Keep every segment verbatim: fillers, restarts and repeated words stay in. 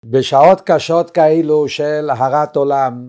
בשעות קשות כאלו של הרת עולם,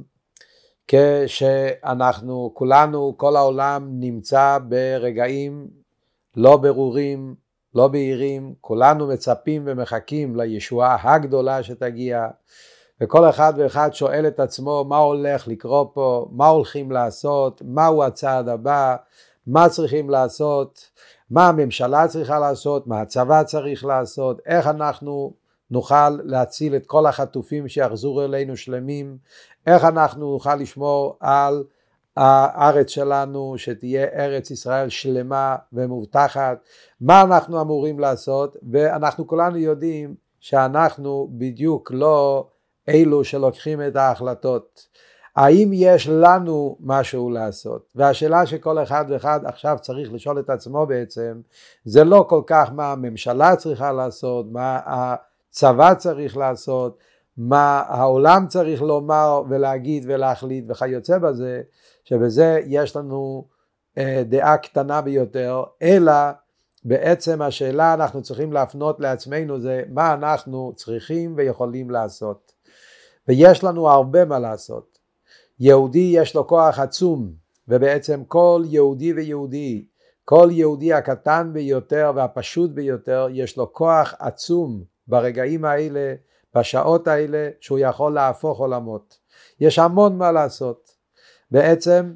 כשאנחנו כולנו, כל העולם נמצא ברגעים לא ברורים, לא בהירים, כולנו מצפים ומחכים לישועה הגדולה שתגיע, וכל אחד ואחד שואל את עצמו מה הולך לקרות פה, מה הולכים לעשות, מהו הצעד הבא, מה צריכים לעשות, מה הממשלה צריכה לעשות, מה הצבא צריך לעשות, איך אנחנו נוכל להציל את כל החטופים שיחזרו אלינו שלמים, איך אנחנו נוכל לשמור על הארץ שלנו שתהיה ארץ ישראל שלמה ומובטחת, מה אנחנו אמורים לעשות. ואנחנו כולנו יודעים שאנחנו בדיוק לא אלו שלוקחים את ההחלטות. האם יש לנו משהו לעשות? והשאלה שכל אחד ואחד עכשיו צריך לשאול את עצמו בעצם, זה לא כל כך מה הממשלה צריכה לעשות, מה הצבא צריך לעשות, מה העולם צריך לומר ולהגיד ולהחליט וכיוצא בזה, שבזה יש לנו אה, דעה קטנה ביותר, אלא בעצם השאלה אנחנו צריכים להפנות לעצמנו זה מה אנחנו צריכים ויכולים לעשות. ויש לנו הרבה מה לעשות. יהודי יש לו כוח עצום, ובעצם כל יהודי ויהודי, כל יהודי הקטן ביותר והפשוט ביותר, יש לו כוח עצום ברגעים האלה, בשעות האלה, שהוא יכול להפוך עולמות. יש המון מה לעשות. בעצם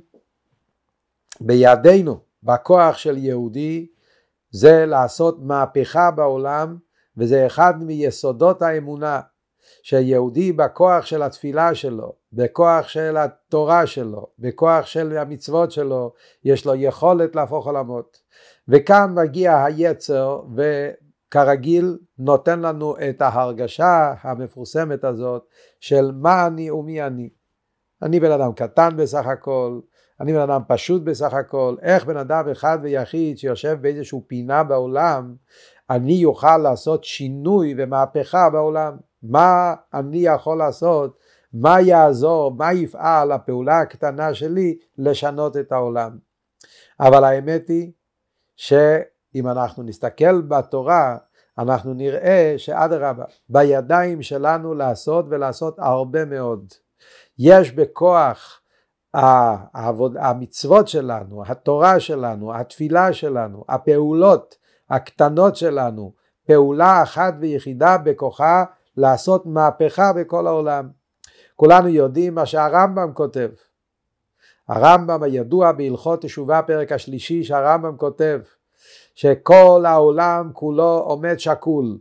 בידינו, בכוח של יהודי, זה לעשות מהפכה בעולם, וזה אחד מיסודות האמונה, שיהודי בכוח של התפילה שלו, בכוח של התורה שלו, בכוח של המצוות שלו, יש לו יכולת להפוך עולמות. וכאן מגיע היצר וכרגיל נותן לנו את ההרגשה המפורסמת הזאת של מה אני ומי אני. אני בן אדם קטן בסך הכל, אני בן אדם פשוט בסך הכל, איך בן אדם אחד ויחיד שיושב באיזשהו פינה בעולם, אני יוכל לעשות שינוי ומהפכה בעולם. מה אני יכול לעשות, מה יעזור, מה יפעל הפעולה הקטנה שלי לשנות את העולם. אבל האמת היא שאם אנחנו נסתכל בתורה, אנחנו נראה שאדרבה, בידיים שלנו לעשות ולעשות הרבה מאוד. יש בכוח העבוד, המצוות שלנו, התורה שלנו, התפילה שלנו, הפעולות הקטנות שלנו, פעולה אחת ויחידה בכוחה לעשות מהפכה בכל העולם. כולנו יודעים מה שהרמב"ם כותב. הרמב"ם הידוע בהלכות תשובה פרק השלישי, שהרמב"ם כותב שכל העולם כולו עומד שקול.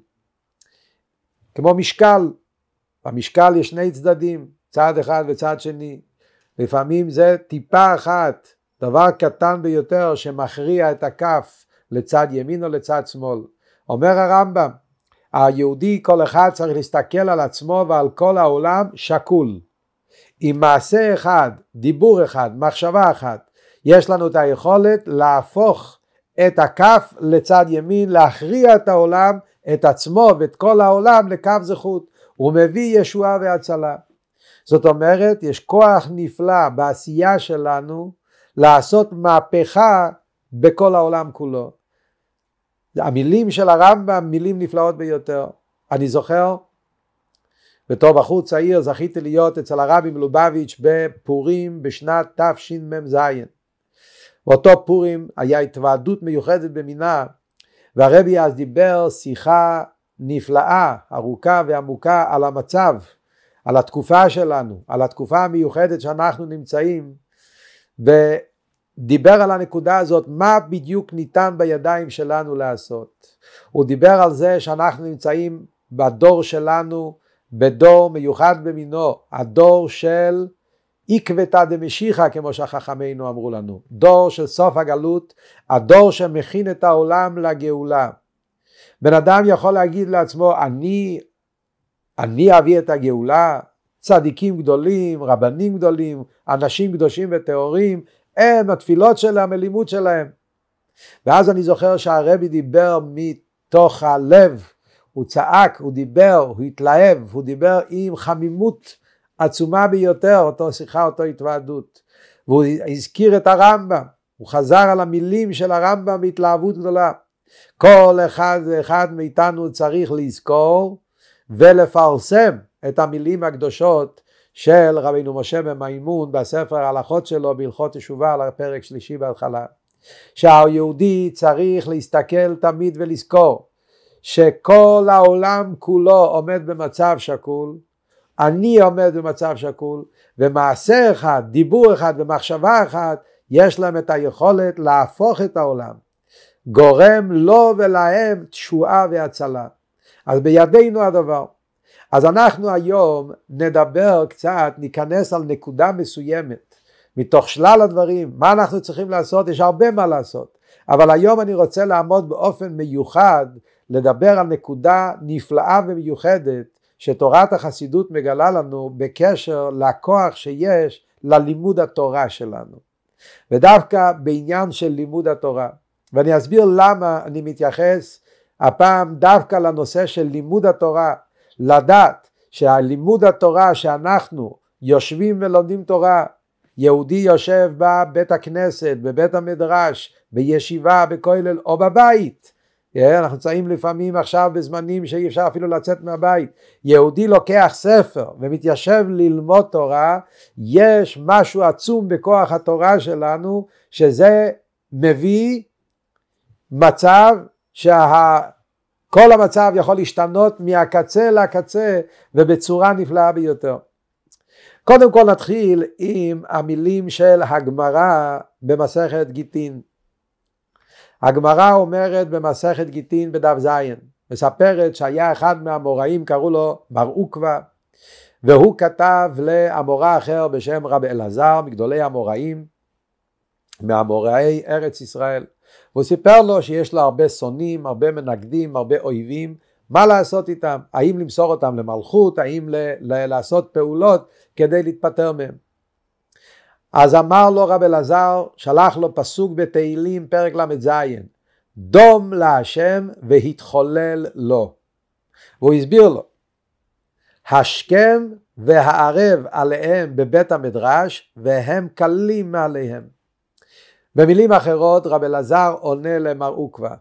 כמו משקל. במשקל יש שני צדדים, צד אחד וצד שני. לפעמים זה טיפה אחת, דבר קטן ביותר שמכריע את הכף לצד ימין או לצד שמאל. אומר הרמב"ם, היהודי כל אחד צריך להסתכל על עצמו ועל כל העולם שקול. עם מעשה אחד, דיבור אחד, מחשבה אחת, יש לנו את היכולת להפוך את הכף לצד ימין, להכריע את העולם, את עצמו ואת כל העולם לקו זכות. הוא מביא ישועה והצלה. זאת אומרת, יש כוח נפלא בעשייה שלנו לעשות מהפכה בכל העולם כולו. המילים של הרמב"ם מילים נפלאות ביותר. אני זוכר, בתור בחור צעיר זכיתי להיות אצל הרבי מלובביץ' בפורים בשנת תשמ"ז. באותו פורים היה התוועדות מיוחדת במינה, והרבי אז דיבר שיחה נפלאה, ארוכה ועמוקה על המצב, על התקופה שלנו, על התקופה המיוחדת שאנחנו נמצאים, ודיבר על הנקודה הזאת, מה בדיוק ניתן בידיים שלנו לעשות. הוא דיבר על זה שאנחנו נמצאים בדור שלנו, בדור מיוחד במינו, הדור של עקבתא דמשיחא, כמו שהחכמינו אמרו לנו, דור של סוף הגלות, הדור שמכין את העולם לגאולה. בן אדם יכול להגיד לעצמו, אני אני אביא את הגאולה, צדיקים גדולים, רבנים גדולים, אנשים קדושים וטהורים, הם התפילות שלהם, הלימוד שלהם. ואז אני זוכר שהרבי דיבר מתוך הלב, הוא צעק, הוא דיבר, הוא התלהב, הוא דיבר עם חמימות עצומה ביותר, אותו שיחה, אותו התוועדות. והוא הזכיר את הרמב"ם, הוא חזר על המילים של הרמב"ם בהתלהבות גדולה. כל אחד ואחד מאיתנו צריך לזכור ולפרסם את המילים הקדושות של רבינו משה במימון בספר ההלכות שלו בהלכות תשובה על הפרק שלישי בהתחלה, שהיהודי צריך להסתכל תמיד ולזכור שכל העולם כולו עומד במצב שקול, אני עומד במצב שקול, ומעשה אחד, דיבור אחד ומחשבה אחת יש להם את היכולת להפוך את העולם, גורם לו ולהם תשועה והצלה. אז בידינו הדבר. אז אנחנו היום נדבר קצת, ניכנס על נקודה מסוימת מתוך שלל הדברים, מה אנחנו צריכים לעשות, יש הרבה מה לעשות, אבל היום אני רוצה לעמוד באופן מיוחד, לדבר על נקודה נפלאה ומיוחדת, שתורת החסידות מגלה לנו בקשר לכוח שיש ללימוד התורה שלנו, ודווקא בעניין של לימוד התורה, ואני אסביר למה אני מתייחס הפעם דווקא לנושא של לימוד התורה, לדעת שהלימוד התורה שאנחנו יושבים ולומדים תורה, יהודי יושב בבית הכנסת, בבית המדרש, בישיבה, בכולל או בבית, אנחנו נמצאים לפעמים עכשיו בזמנים שאי אפשר אפילו לצאת מהבית, יהודי לוקח ספר ומתיישב ללמוד תורה, יש משהו עצום בכוח התורה שלנו, שזה מביא מצב שה... כל המצב יכול להשתנות מהקצה לקצה ובצורה נפלאה ביותר. קודם כל נתחיל עם המילים של הגמרא במסכת גיטין. הגמרא אומרת במסכת גיטין בדף זין, מספרת שהיה אחד מהאמוראים, קראו לו בר עוקבא, והוא כתב לאמורא אחר בשם רבי אלעזר, מגדולי האמוראים, מאמוראי ארץ ישראל. הוא סיפר לו שיש לו הרבה שונאים, הרבה מנגדים, הרבה אויבים, מה לעשות איתם? האם למסור אותם למלכות, האם ל- ל- לעשות פעולות כדי להתפטר מהם? אז אמר לו רבי אלעזר, שלח לו פסוק בתהילים פרק למד זין, דום להשם והתחולל לו. והוא הסביר לו, השכם והערב עליהם בבית המדרש והם קלים מעליהם. במילים אחרות רבי אלעזר עונה למר עוקבא,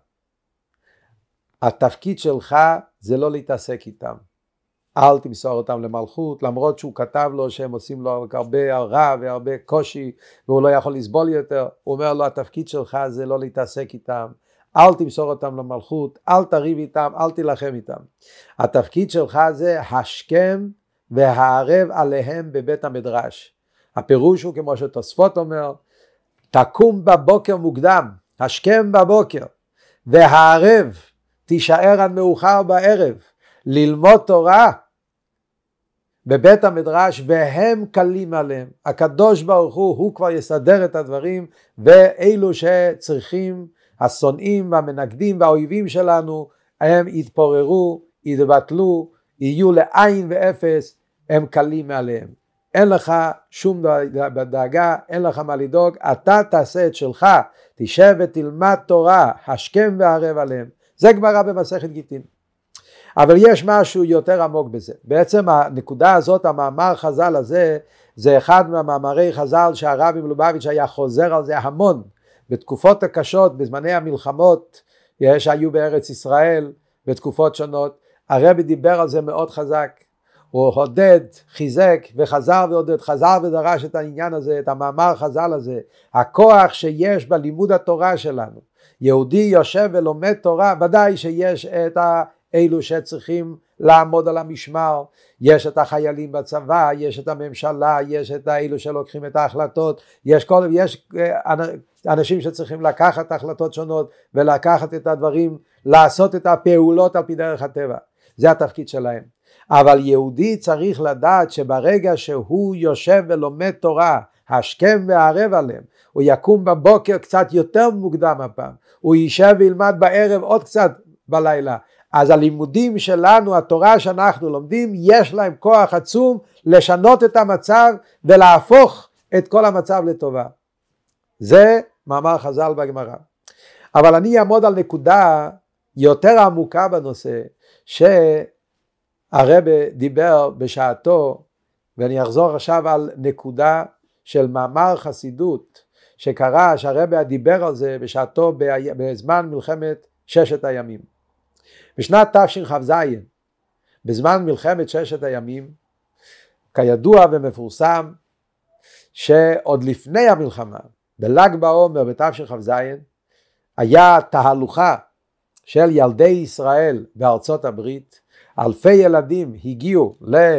התפקיד שלך זה לא להתעסק איתם, אל תמסור אותם למלכות, למרות שהוא כתב לו שהם עושים לו הרבה רע והרבה קושי והוא לא יכול לסבול יותר, הוא אומר לו התפקיד שלך זה לא להתעסק איתם, אל תמסור אותם למלכות, אל תריב איתם, אל תילחם איתם, התפקיד שלך זה השכם והערב עליהם בבית המדרש. הפירוש הוא כמו שתוספות אומר, תקום בבוקר מוקדם, השכם בבוקר, והערב תישאר עד מאוחר בערב, ללמוד תורה בבית המדרש, והם קלים עליהם. הקדוש ברוך הוא, הוא כבר יסדר את הדברים, ואלו שצריכים, השונאים והמנגדים והאויבים שלנו, הם יתפוררו, יתבטלו, יהיו לעין ואפס, הם קלים עליהם. אין לך שום דאגה, אין לך מה לדאוג, אתה תעשה את שלך, תשב ותלמד תורה, השכם והערב עליהם. זה גמרא במסכת גיטין. אבל יש משהו יותר עמוק בזה. בעצם הנקודה הזאת, המאמר חז"ל הזה, זה אחד מהמאמרי חז"ל שהרבי מלובביץ' היה חוזר על זה המון, בתקופות הקשות, בזמני המלחמות שהיו בארץ ישראל, בתקופות שונות, הרבי דיבר על זה מאוד חזק. הוא הודד, חיזק וחזר ועודד, חזר ודרש את העניין הזה, את המאמר חז"ל הזה, הכוח שיש בלימוד התורה שלנו. יהודי יושב ולומד תורה, ודאי שיש את האלו שצריכים לעמוד על המשמר, יש את החיילים בצבא, יש את הממשלה, יש את האלו שלוקחים את ההחלטות, יש, כל, יש אנשים שצריכים לקחת החלטות שונות ולקחת את הדברים, לעשות את הפעולות על פי דרך הטבע, זה התפקיד שלהם. אבל יהודי צריך לדעת שברגע שהוא יושב ולומד תורה, השכם והערב עליהם, הוא יקום בבוקר קצת יותר מוקדם הפעם, הוא יישב וילמד בערב עוד קצת בלילה, אז הלימודים שלנו, התורה שאנחנו לומדים, יש להם כוח עצום לשנות את המצב ולהפוך את כל המצב לטובה. זה מאמר חז"ל בגמרא. אבל אני אעמוד על נקודה יותר עמוקה בנושא, שהרב דיבר בשעתו, ואני אחזור עכשיו על נקודה של מאמר חסידות, שקרה שהרב דיבר על זה בשעתו בזמן מלחמת ששת הימים. בשנת תשכ"ז בזמן מלחמת ששת הימים, כידוע ומפורסם, שעוד לפני המלחמה, בל"ג בעומר בתשכ"ז, היה תהלוכה של ילדי ישראל בארצות הברית, אלפי ילדים הגיעו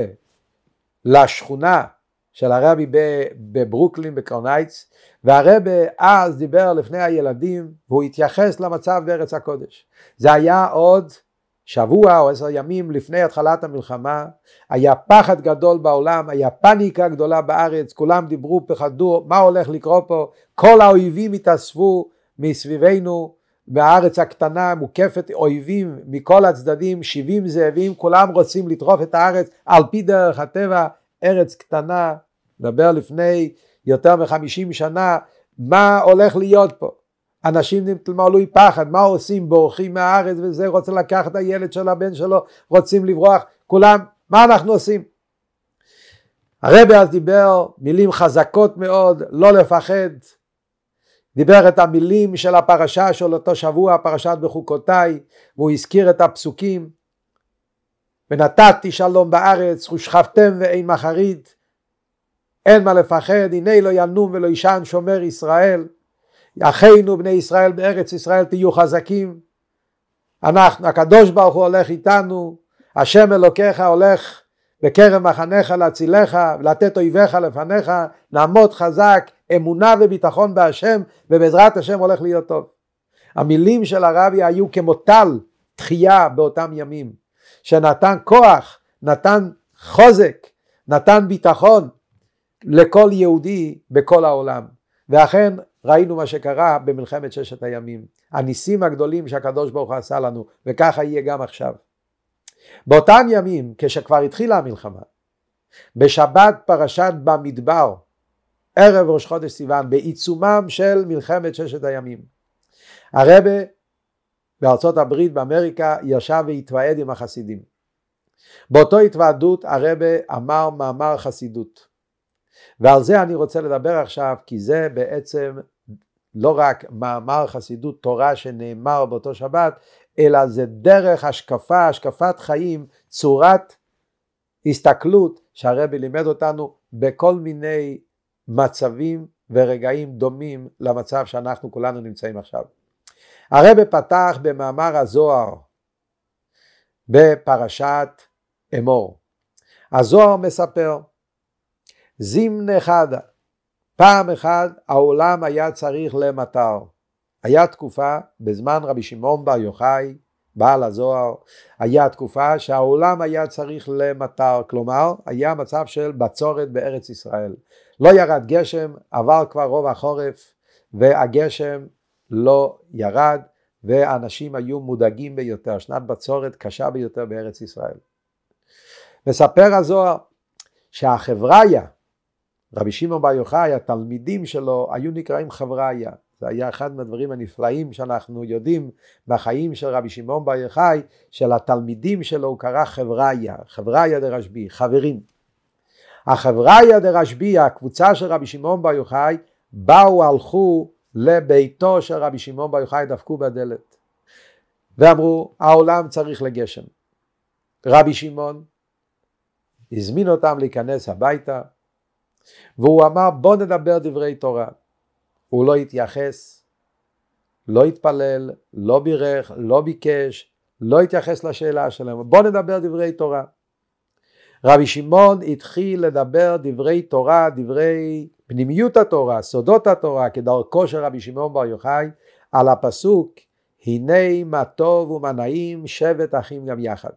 לשכונה של הרבי בברוקלין בקרנייץ, והרבי אז דיבר לפני הילדים והוא התייחס למצב בארץ הקודש. זה היה עוד שבוע או עשר ימים לפני התחלת המלחמה, היה פחד גדול בעולם, היה פניקה גדולה בארץ, כולם דיברו, פחדו, מה הולך לקרות פה, כל האויבים התאספו מסביבנו, בארץ הקטנה מוקפת אויבים מכל הצדדים, שבעים זאבים, כולם רוצים לטרוף את הארץ על פי דרך הטבע, ארץ קטנה, נדבר לפני יותר מחמישים שנה, מה הולך להיות פה? אנשים נמלאו פחד, מה עושים? בורחים מהארץ וזה, רוצה לקחת את הילד של הבן שלו, רוצים לברוח, כולם, מה אנחנו עושים? הרבי אז דיבר מילים חזקות מאוד, לא לפחד, דיבר את המילים של הפרשה של אותו שבוע, פרשת בחוקותיי, והוא הזכיר את הפסוקים, ונתתי שלום בארץ, ושכבתם ואין מחריד, אין מה לפחד, הנה לא ינום ולא ישן שומר ישראל, אחינו בני ישראל בארץ ישראל תהיו חזקים, אנחנו, הקדוש ברוך הוא הולך איתנו, השם אלוקיך הולך בקרב מחניך להצילך, ולתת אויביך לפניך, נעמוד חזק, אמונה וביטחון בהשם, ובעזרת השם הולך להיות טוב. המילים של הרבי היו כמו טל תחייה באותם ימים, שנתן כוח, נתן חוזק, נתן ביטחון לכל יהודי בכל העולם. ואכן ראינו מה שקרה במלחמת ששת הימים, הניסים הגדולים שהקדוש ברוך הוא עשה לנו, וככה יהיה גם עכשיו. באותם ימים, כשכבר התחילה המלחמה, בשבת פרשת במדבר, ערב ראש חודש סיוון, בעיצומם של מלחמת ששת הימים, הרבי בארצות הברית באמריקה ישב והתוועד עם החסידים. באותו התוועדות הרבי אמר מאמר חסידות, ועל זה אני רוצה לדבר עכשיו, כי זה בעצם לא רק מאמר חסידות תורה שנאמר באותו שבת, אלא זה דרך השקפה, השקפת חיים, צורת הסתכלות שהרבי לימד אותנו בכל מיני מצבים ורגעים דומים למצב שאנחנו כולנו נמצאים עכשיו. הרבי פתח במאמר הזוהר בפרשת אמור. הזוהר מספר, זימנה אחד, פעם אחת העולם היה צריך למטר. היה תקופה בזמן רבי שמעון בר יוחאי, בעל הזוהר, היה תקופה שהעולם היה צריך למטר, כלומר היה מצב של בצורת בארץ ישראל. לא ירד גשם, עבר כבר רוב החורף, והגשם לא ירד, ואנשים היו מודאגים ביותר, שנת בצורת קשה ביותר בארץ ישראל. מספר הזוהר שהחבריה, רבי שמעון בר יוחאי, התלמידים שלו היו נקראים חבריה. זה היה אחד מהדברים הנפלאים שאנחנו יודעים בחיים של רבי שמעון בר יוחאי, של התלמידים שלו הוא קרא חבריה, חבריה דרשב"י, חברים. החבריה דרשב"י, הקבוצה של רבי שמעון בר יוחאי, באו הלכו לביתו של רבי שמעון בר יוחאי, דפקו בדלת ואמרו העולם צריך לגשם. רבי שמעון הזמין אותם להיכנס הביתה, והוא אמר בוא נדבר דברי תורה. הוא לא התייחס, לא התפלל, לא בירך, לא ביקש, לא התייחס לשאלה שלהם, בוא נדבר דברי תורה. רבי שמעון התחיל לדבר דברי תורה, דברי פנימיות התורה, סודות התורה, כדרכו של רבי שמעון בר יוחאי, על הפסוק הנה מה טוב ומה נעים שבת אחים גם יחד.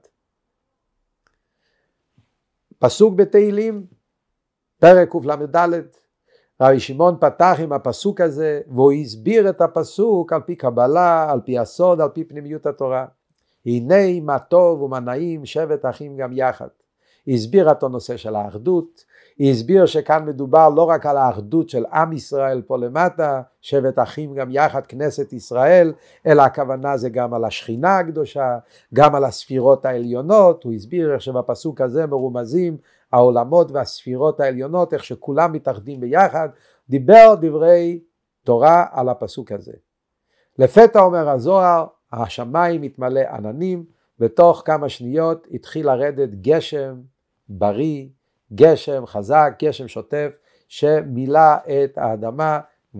פסוק בתהילים, פרק קל"ד, רבי שמעון פתח עם הפסוק הזה, והוא הסביר את הפסוק על פי קבלה, על פי הסוד, על פי פנימיות התורה. הנה מה טוב ומה נעים שבת אחים גם יחד. הסביר את הנושא של האחדות, הסביר שכאן מדובר לא רק על האחדות של עם ישראל פה למטה, שבת אחים גם יחד כנסת ישראל, אלא הכוונה זה גם על השכינה הקדושה, גם על הספירות העליונות. הוא הסביר איך שבפסוק הזה מרומזים העולמות והספירות העליונות, איך שכולם מתאחדים ביחד. דיבר דברי תורה על הפסוק הזה. לפתע אומר הזוהר, השמיים מתמלא עננים, ותוך כמה שניות התחיל לרדת גשם בריא, גשם חזק, גשם שוטף, שמילא את האדמה,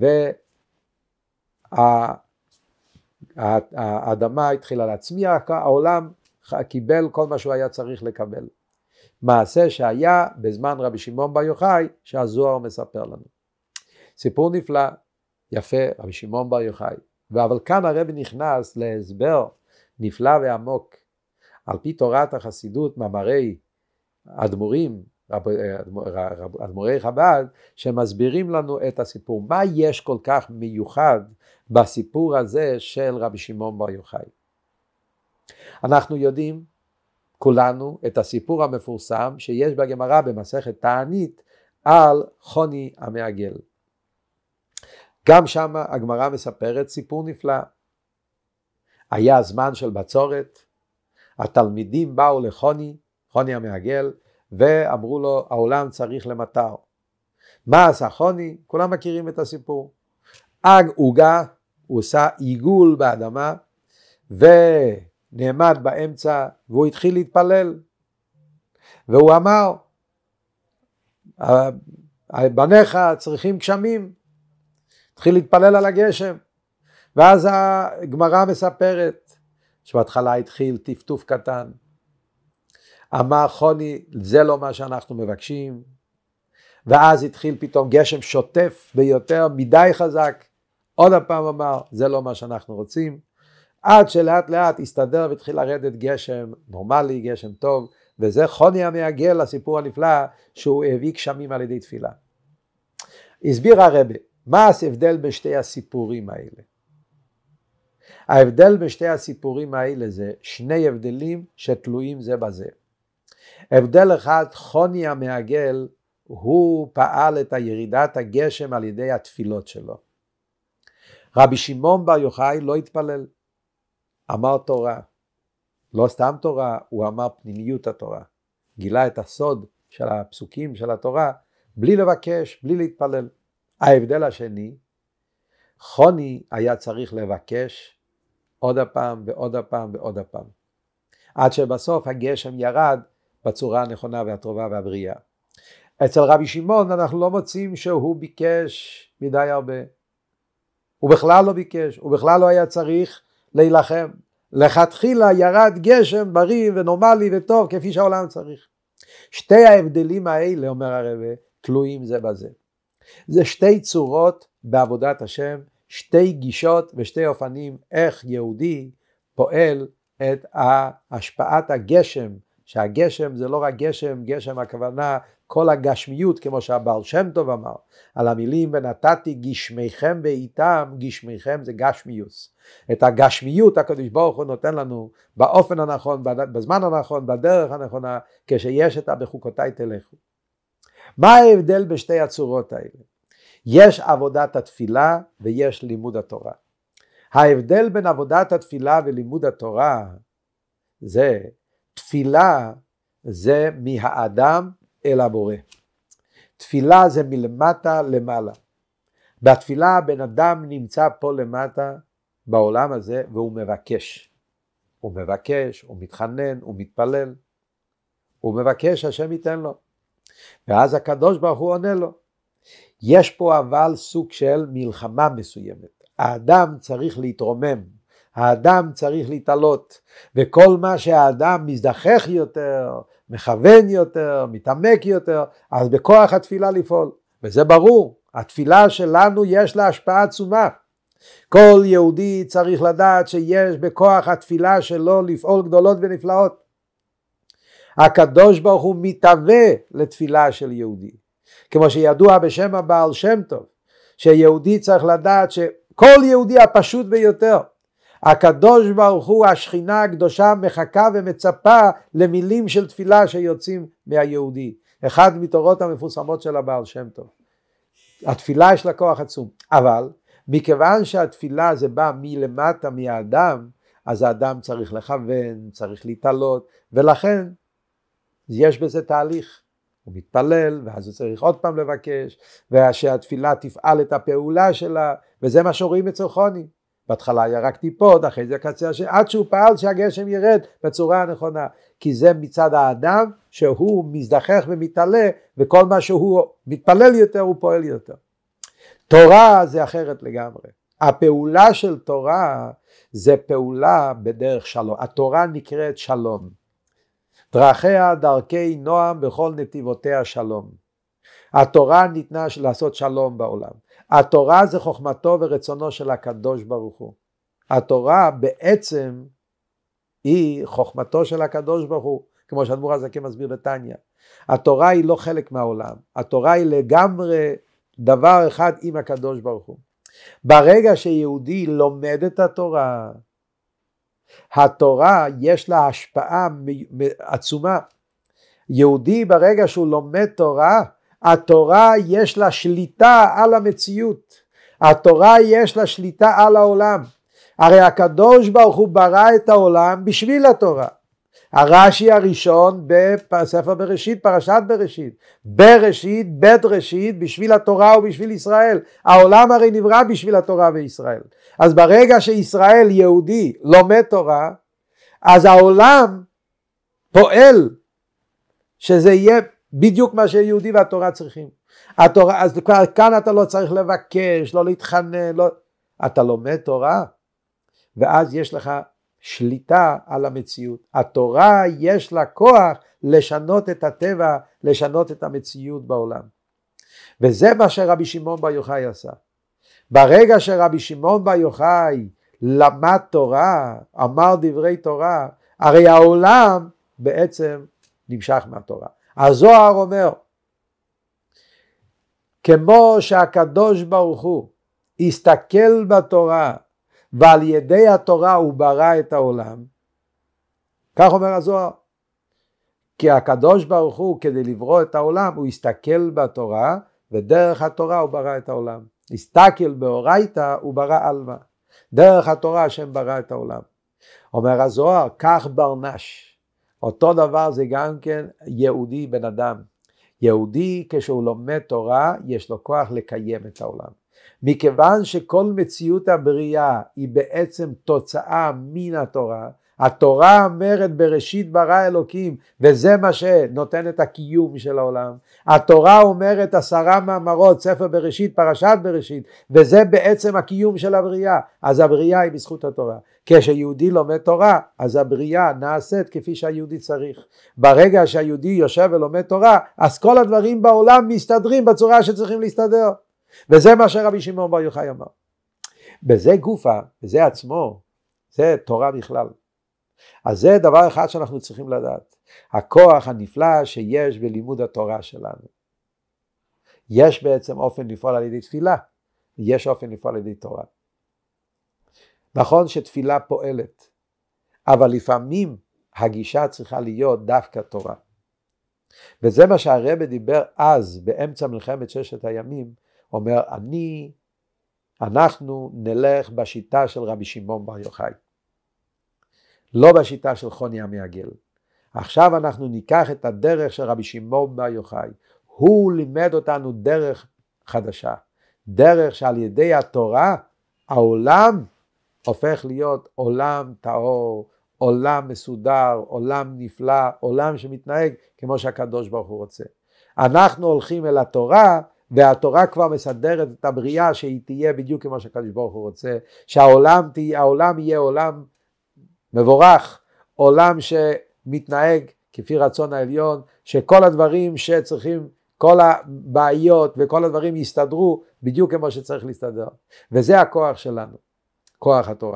והאדמה התחילה להצמיח, העולם קיבל כל מה שהוא היה צריך לקבל. מעשה שהיה בזמן רבי שמעון בר יוחאי, שהזוהר מספר לנו. סיפור נפלא, יפה, רבי שמעון בר יוחאי. אבל כאן הרבי נכנס להסבר נפלא ועמוק, על פי תורת החסידות, מאמרי אדמו"רים, אדמו"רי חב"ד, שמסבירים לנו את הסיפור. מה יש כל כך מיוחד בסיפור הזה של רבי שמעון בר יוחאי? אנחנו יודעים כולנו את הסיפור המפורסם שיש בגמרא במסכת תענית על חוני המעגל. גם שם הגמרא מספרת סיפור נפלא. היה זמן של בצורת, התלמידים באו לחוני, חוני המעגל, ואמרו לו, העולם צריך למטר. מה עשה חוני? כולם מכירים את הסיפור. אג עוגה, הוא עושה עיגול באדמה, ונעמד באמצע, והוא התחיל להתפלל. והוא אמר, בניך צריכים גשמים. התחיל להתפלל על הגשם. ואז הגמרא מספרת, שבהתחלה התחיל טפטוף קטן. אמר חוני, זה לא מה שאנחנו מבקשים. ואז התחיל פתאום גשם שוטף ביותר, מדי חזק. עוד הפעם אמר, זה לא מה שאנחנו רוצים. עד שלאט לאט הסתדר והתחיל לרדת גשם נורמלי, גשם טוב. וזה חוני המעגל, הסיפור הנפלא, שהוא הביא גשמים על ידי תפילה. הסביר הרבי, מה ההבדל בשתי הסיפורים האלה? ההבדל בשתי הסיפורים האלה זה שני הבדלים שתלויים זה בזה. הבדל אחד, חוני המעגל, הוא פעל את הירידת הגשם על ידי התפילות שלו. רבי שמעון בר יוחאי לא התפלל, אמר תורה. לא סתם תורה, הוא אמר פנימיות התורה. גילה את הסוד של הפסוקים של התורה, בלי לבקש, בלי להתפלל. ההבדל השני, חוני היה צריך לבקש עוד הפעם ועוד הפעם ועוד הפעם. עד שבסוף הגשם ירד בצורה הנכונה והטובה והבריאה. אצל רבי שמעון אנחנו לא מוצאים שהוא ביקש מדי הרבה. הוא בכלל לא ביקש, הוא בכלל לא היה צריך להילחם. לכתחילה ירד גשם בריא ונורמלי וטוב כפי שהעולם צריך. שתי ההבדלים האלה, אומר הרבי, תלויים זה בזה. זה שתי צורות בעבודת השם, שתי גישות ושתי אופנים איך יהודי פועל את השפעת הגשם, שהגשם זה לא רק גשם, גשם הכוונה כל הגשמיות, כמו שהבעל שם טוב אמר, על המילים ונתתי גשמיכם בעיתם, גשמיכם זה גשמיוס. את הגשמיות הקדוש ברוך הוא נותן לנו באופן הנכון, בזמן הנכון, בדרך הנכונה, כשיש את בחוקותיי תלכו. מה ההבדל בשתי הצורות האלה? יש עבודת התפילה ויש לימוד התורה. ההבדל בין עבודת התפילה ולימוד התורה זה תפילה זה מהאדם אל הבורא. תפילה זה מלמטה למעלה. בתפילה בן אדם נמצא פה למטה בעולם הזה והוא מבקש. הוא מבקש, הוא מתחנן, הוא מתפלל. הוא מבקש, השם ייתן לו. ואז הקדוש ברוך הוא עונה לו. יש פה אבל סוג של מלחמה מסוימת. האדם צריך להתרומם. האדם צריך להתעלות. וכל מה שהאדם מזדחך יותר, מכוון יותר, מתעמק יותר, אז בכוח התפילה לפעול. וזה ברור. התפילה שלנו יש לה השפעה עצומה. כל יהודי צריך לדעת שיש בכוח התפילה שלו לפעול גדולות ונפלאות. הקדוש ברוך הוא מתהווה לתפילה של יהודי. כמו שידוע בשם הבעל שם טוב, שיהודי צריך לדעת שכל יהודי הפשוט ביותר, הקדוש ברוך הוא השכינה הקדושה מחכה ומצפה למילים של תפילה שיוצאים מהיהודי. אחד מתורות המפורסמות של הבעל שם טוב. התפילה יש לה כוח עצום, אבל מכיוון שהתפילה זה בא מלמטה מהאדם, אז האדם צריך לכוון, צריך להתעלות, ולכן יש בזה תהליך. הוא מתפלל, ואז הוא צריך עוד פעם לבקש, ושהתפילה תפעל את הפעולה שלה, וזה מה שרואים אצל חוני. בהתחלה היה רק טיפות, אחרי זה קצה השם, עד שהוא פעל שהגשם ירד בצורה הנכונה, כי זה מצד האדם שהוא מזדחך ומתעלה, וכל מה שהוא מתפלל יותר הוא פועל יותר. תורה זה אחרת לגמרי. הפעולה של תורה זה פעולה בדרך שלום. התורה נקראת שלום. דרכיה דרכי נועם בכל נתיבותיה שלום. התורה ניתנה לעשות שלום בעולם. התורה זה חוכמתו ורצונו של הקדוש ברוך הוא. התורה בעצם היא חוכמתו של הקדוש ברוך הוא, כמו שאדמו"ר הזקן מסביר בתניא. התורה היא לא חלק מהעולם. התורה היא לגמרי דבר אחד עם הקדוש ברוך הוא. ברגע שיהודי לומד את התורה, התורה יש לה השפעה עצומה. יהודי ברגע שהוא לומד תורה, התורה יש לה שליטה על המציאות. התורה יש לה שליטה על העולם. הרי הקדוש ברוך הוא ברא את העולם בשביל התורה. הרש"י הראשון בספר בראשית, פרשת בראשית. בראשית, בית ראשית, בשביל התורה ובשביל ישראל. העולם הרי נברא בשביל התורה וישראל. אז ברגע שישראל יהודי לומד תורה, אז העולם פועל שזה יהיה בדיוק מה שיהודי והתורה צריכים. התורה, אז כאן אתה לא צריך לבקש, לא להתחנן, לא... אתה לומד תורה, ואז יש לך שליטה על המציאות. התורה יש לה כוח לשנות את הטבע, לשנות את המציאות בעולם. וזה מה שרבי שמעון בר יוחאי עשה. ברגע שרבי שמעון בר יוחאי למד תורה, אמר דברי תורה, הרי העולם בעצם נמשך מהתורה. הזוהר אומר, כמו שהקדוש ברוך הוא הסתכל בתורה, ועל ידי התורה הוא ברא את העולם, כך אומר הזוהר, כי הקדוש ברוך הוא כדי לברוא את העולם, הוא הסתכל בתורה, ודרך התורה הוא ברא את העולם. הסתכל באורייתא, הוא ברא עלמא. דרך התורה השם ברא את העולם. אומר הזוהר, כך ברנש. אותו דבר זה גם כן יהודי בן אדם. יהודי כשהוא לומד תורה, יש לו כוח לקיים את העולם. מכיוון שכל מציאות הבריאה היא בעצם תוצאה מן התורה, התורה אומרת בראשית ברא אלוקים, וזה מה שנותן את הקיום של העולם. התורה אומרת עשרה מאמרות, ספר בראשית, פרשת בראשית, וזה בעצם הקיום של הבריאה. אז הבריאה היא בזכות התורה. כשיהודי לומד תורה, אז הבריאה נעשית כפי שהיהודי צריך. ברגע שהיהודי יושב ולומד תורה, אז כל הדברים בעולם מסתדרים בצורה שצריכים להסתדר. וזה מה שרבי שמעון בר יוחאי אמר. בזה גופה, בזה עצמו, זה תורה בכלל. אז זה דבר אחד שאנחנו צריכים לדעת. הכוח הנפלא שיש בלימוד התורה שלנו. יש בעצם אופן לפעול על ידי תפילה, יש אופן לפעול על ידי תורה. נכון שתפילה פועלת, אבל לפעמים הגישה צריכה להיות דווקא תורה. וזה מה שהרב דיבר אז, באמצע מלחמת ששת הימים, אומר, אני, אנחנו נלך בשיטה של רבי שמעון בר יוחאי. לא בשיטה של חוני המעגל. עכשיו אנחנו ניקח את הדרך של רבי שמעון בר יוחאי. הוא לימד אותנו דרך חדשה. דרך שעל ידי התורה, העולם הופך להיות עולם טהור, עולם מסודר, עולם נפלא, עולם שמתנהג כמו שהקדוש ברוך הוא רוצה. אנחנו הולכים אל התורה, והתורה כבר מסדרת את הבריאה שהיא תהיה בדיוק כמו שהקדוש ברוך הוא רוצה, שהעולם תהיה, העולם יהיה עולם מבורך, עולם שמתנהג כפי רצון העליון, שכל הדברים שצריכים, כל הבעיות וכל הדברים יסתדרו בדיוק כמו שצריך להסתדר. וזה הכוח שלנו, כוח התורה.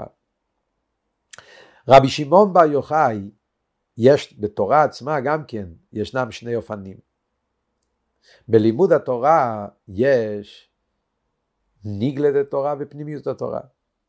רבי שמעון בר יוחאי, יש בתורה עצמה גם כן, ישנם שני אופנים. בלימוד התורה יש נגלת התורה ופנימיות התורה.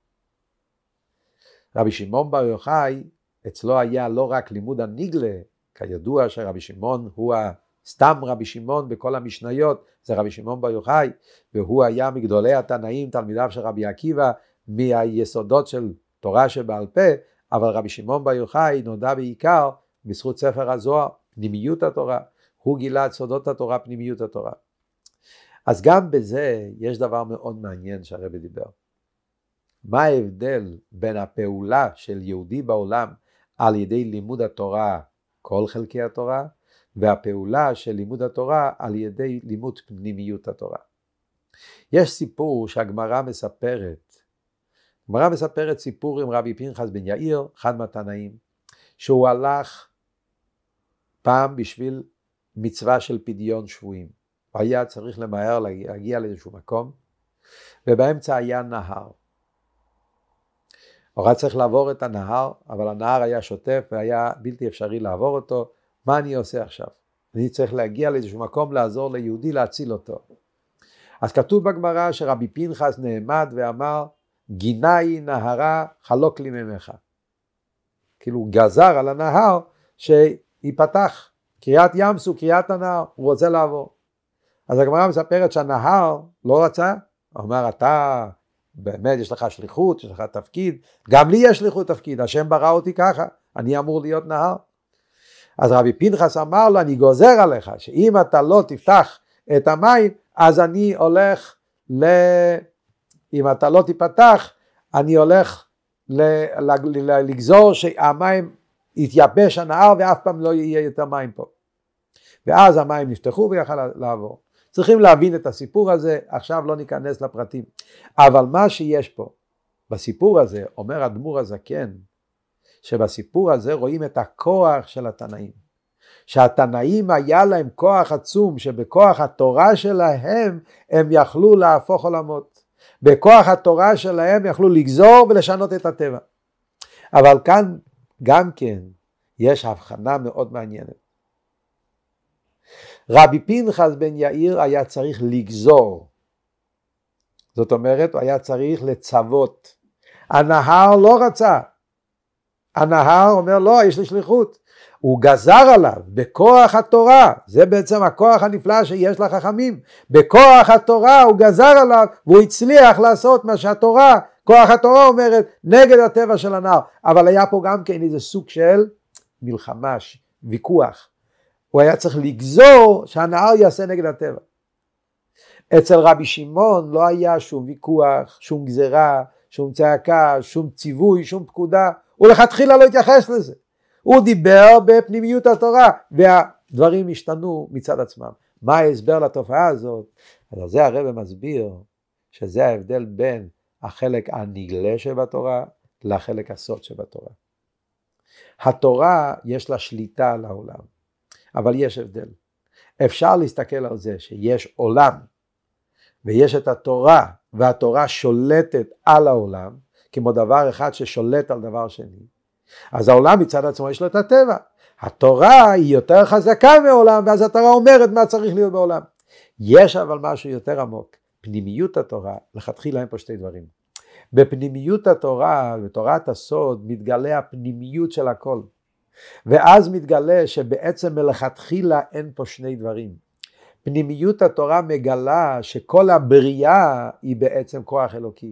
רבי שמעון בר יוחאי, אצלו היה לא רק לימוד הנגלה, כידוע שרבי שמעון הוא סתם רבי שמעון בכל המשניות, זה רבי שמעון בר יוחאי, והוא היה מגדולי התנאים, תלמידיו של רבי עקיבא, מהיסודות של תורה שבעל פה, אבל רבי שמעון בר יוחאי נודע בעיקר בזכות ספר הזוהר, פנימיות התורה, הוא גילה את סודות התורה, פנימיות התורה. אז גם בזה יש דבר מאוד מעניין שהרב דיבר. מה ההבדל בין הפעולה של יהודי בעולם על ידי לימוד התורה, כל חלקי התורה, והפעולה של לימוד התורה על ידי לימוד פנימיות התורה. יש סיפור שהגמרא מספרת, הגמרא מספרת סיפור עם רבי פנחס בן יאיר, אחד מהתנאים, שהוא הלך פעם בשביל מצווה של פדיון שבויים. הוא היה צריך למהר להגיע לאיזשהו מקום, ובאמצע היה נהר. הוא היה צריך לעבור את הנהר, אבל הנהר היה שוטף והיה בלתי אפשרי לעבור אותו. מה אני עושה עכשיו? אני צריך להגיע לאיזשהו מקום לעזור ליהודי להציל אותו. אז כתוב בגמרא שרבי פנחס נעמד ואמר, גיני נהרה חלוק לי ממך. כאילו הוא גזר על הנהר שיפתח. קריאת ים סוף, קריאת הנהר, הוא רוצה לעבור. אז הגמרא מספרת שהנהר לא רצה, הוא אומר, אתה באמת יש לך שליחות, יש לך תפקיד, גם לי יש שליחות תפקיד, השם ברא אותי ככה, אני אמור להיות נהר. אז רבי פנחס אמר לו, אני גוזר עליך, שאם אתה לא תפתח את המים, אז אני הולך, ל... אם אתה לא תפתח, אני הולך ל... לגזור שהמים יתייבש הנהר, ואף פעם לא יהיה יותר מים פה. ואז המים נפתחו ויכל לעבור. צריכים להבין את הסיפור הזה, עכשיו לא ניכנס לפרטים. אבל מה שיש פה, בסיפור הזה, אומר אדמו"ר הזקן, שבסיפור הזה רואים את הכוח של התנאים. שהתנאים היה להם כוח עצום, שבכוח התורה שלהם הם יכלו להפוך עולמות. בכוח התורה שלהם יכלו לגזור ולשנות את הטבע. אבל כאן גם כן יש הבחנה מאוד מעניינת. רבי פנחס בן יאיר היה צריך לגזור. זאת אומרת, הוא היה צריך לצוות. הנהר לא רצה. הנהר אומר, לא, יש לי שליחות. הוא גזר עליו בכוח התורה. זה בעצם הכוח הנפלא שיש לחכמים. בכוח התורה הוא גזר עליו, והוא הצליח לעשות מה שהתורה, כוח התורה אומרת, נגד הטבע של הנהר. אבל היה פה גם כן איזה סוג של מלחמה, ויכוח. הוא היה צריך לגזור שהנהר יעשה נגד הטבע. אצל רבי שמעון לא היה שום ויכוח, שום גזרה, שום צעקה, שום ציווי, שום פקודה. הוא לכתחילה לא התייחס לזה. הוא דיבר בפנימיות התורה, והדברים השתנו מצד עצמם. מה ההסבר לתופעה הזאת? אז זה הרב מסביר שזה ההבדל בין החלק הנגלה שבתורה לחלק הסוד שבתורה. התורה יש לה שליטה על העולם. אבל יש הבדל. אפשר להסתכל על זה שיש עולם, ויש את התורה, והתורה שולטת על העולם, כמו דבר אחד ששולט על דבר שני. אז העולם מצד עצמו יש לו את הטבע. התורה היא יותר חזקה מעולם, ואז התורה אומרת מה צריך להיות בעולם. יש אבל משהו יותר עמוק. פנימיות התורה, לכתחילה הם פה שתי דברים. בפנימיות התורה, בתורת הסוד, מתגלה הפנימיות של הכל. ואז מתגלה שבעצם מלכתחילה אין פה שני דברים. פנימיות התורה מגלה שכל הבריאה היא בעצם כוח אלוקי.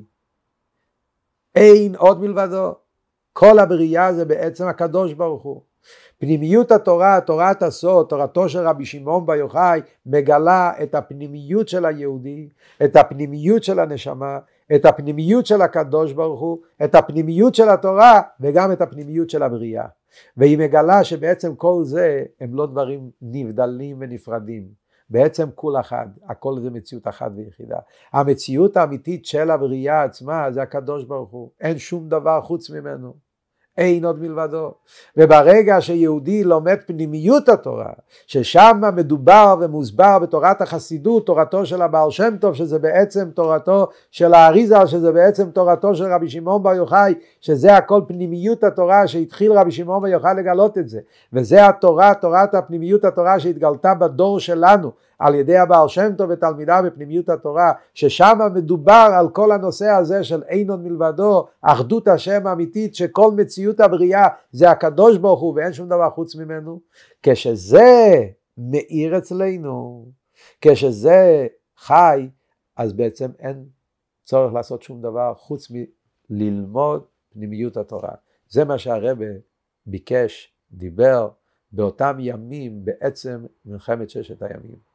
אין עוד מלבדו. כל הבריאה זה בעצם הקדוש ברוך הוא. פנימיות התורה, תורת הסוד, תורתו של רבי שמעון בר יוחאי, מגלה את הפנימיות של היהודי, את הפנימיות של הנשמה, את הפנימיות של הקדוש ברוך הוא, את הפנימיות של התורה, וגם את הפנימיות של הבריאה. והיא מגלה שבעצם כל זה הם לא דברים נבדלים ונפרדים. בעצם כול אחד, הכל זה מציאות אחת ויחידה. המציאות האמיתית של הבריאה עצמה זה הקדוש ברוך הוא. אין שום דבר חוץ ממנו. אין עוד מלבדו. וברגע שיהודי לומד פנימיות התורה, ששם מדובר ומוסבר בתורת החסידות, תורתו של הבעל שם טוב, שזה בעצם תורתו של האריז"ל, שזה בעצם תורתו של רבי שמעון בר יוחאי, שזה הכל פנימיות התורה שהתחיל רבי שמעון בר יוחאי לגלות את זה. וזה התורה, תורת הפנימיות התורה שהתגלתה בדור שלנו, על ידי הבעל שם טוב ותלמידיו בפנימיות התורה, ששם מדובר על כל הנושא הזה של אין עוד מלבדו, אחדות השם האמיתית, שכל מציאות הבריאה זה הקדוש ברוך הוא ואין שום דבר חוץ ממנו. כשזה מאיר אצלנו, כשזה חי, אז בעצם אין צורך לעשות שום דבר חוץ מללמוד פנימיות התורה. זה מה שהרב ביקש, דיבר באותם ימים, בעצם מלחמת ששת הימים.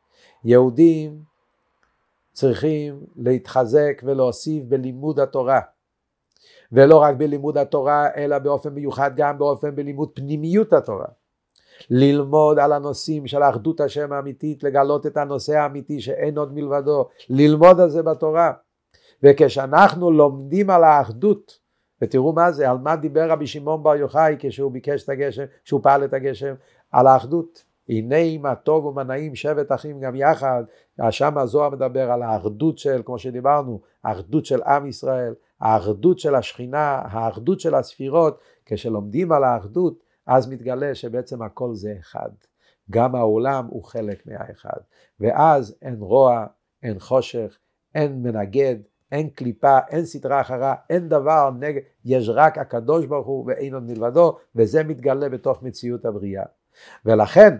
יהודים צריכים להתחזק ולהוסיף בלימוד התורה. ולא רק בלימוד התורה, אלא באופן מיוחד גם באופן בלימוד פנימיות התורה. ללמוד על הנושאים של האחדות השם האמיתית, לגלות את הנושא האמיתי שאין עוד מלבדו, ללמוד על זה בתורה. וכשאנחנו לומדים על האחדות, ותראו מה זה, על מה דיבר רבי שמעון בר יוחאי כשהוא ביקש את הגשם, כשהוא פעל את הגשם, על האחדות. הנה מה טוב ומה נעים שבת אחים גם יחד. שם הזוהר מדבר על האחדות של, כמו שדיברנו, האחדות של עם ישראל, האחדות של השכינה, האחדות של הספירות. כשלומדים על האחדות, אז מתגלה שבעצם הכל זה אחד. גם העולם הוא חלק מהאחד. ואז אין רוע, אין חושך, אין מנגד, אין קליפה, אין סתרה אחרה, אין דבר נגד, יש רק הקדוש ברוך הוא ואין עוד מלבדו, וזה מתגלה בתוך מציאות הבריאה. ולכן,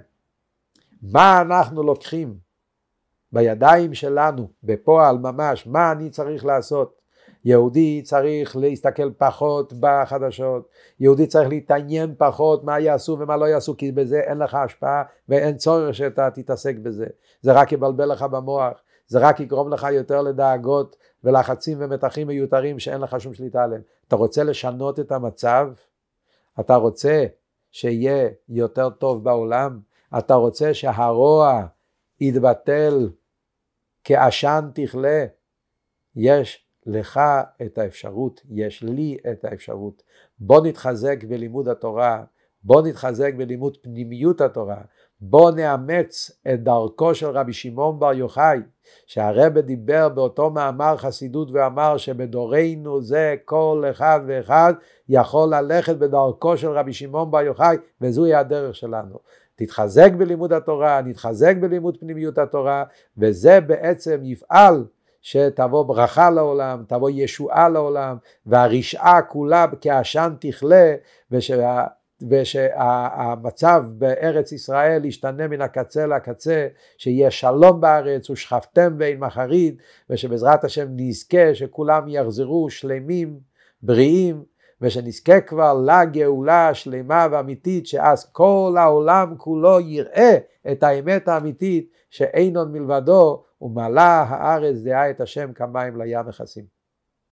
מה אנחנו לוקחים בידיים שלנו, בפועל ממש, מה אני צריך לעשות? יהודי צריך להסתכל פחות בחדשות, יהודי צריך להתעניין פחות מה יעשו ומה לא יעשו, כי בזה אין לך השפעה ואין צורך שאתה תתעסק בזה. זה רק יבלבל לך במוח, זה רק יגרום לך יותר לדאגות ולחצים ומתחים מיותרים שאין לך שום שליטה עליהם. אתה רוצה לשנות את המצב? אתה רוצה שיהיה יותר טוב בעולם? אתה רוצה שהרוע יתבטל כעשן תכלה? יש לך את האפשרות, יש לי את האפשרות. בוא נתחזק בלימוד התורה, בוא נתחזק בלימוד פנימיות התורה, בוא נאמץ את דרכו של רבי שמעון בר יוחאי, שהרב דיבר באותו מאמר חסידות ואמר שבדורנו זה כל אחד ואחד יכול ללכת בדרכו של רבי שמעון בר יוחאי, וזוהי הדרך שלנו. תתחזק בלימוד התורה, נתחזק בלימוד פנימיות התורה, וזה בעצם יפעל שתבוא ברכה לעולם, תבוא ישועה לעולם, והרשעה כולה כעשן תכלה, ושה, ושהמצב בארץ ישראל ישתנה מן הקצה לקצה, שיהיה שלום בארץ ושכבתם ואין מחריד, ושבעזרת השם נזכה שכולם יחזרו שלמים, בריאים, ושנזכה כבר לגאולה שלמה ואמיתית, שאז כל העולם כולו יראה את האמת האמיתית שאין עוד מלבדו, ומלאה הארץ דעה את השם כמים לים מכסים.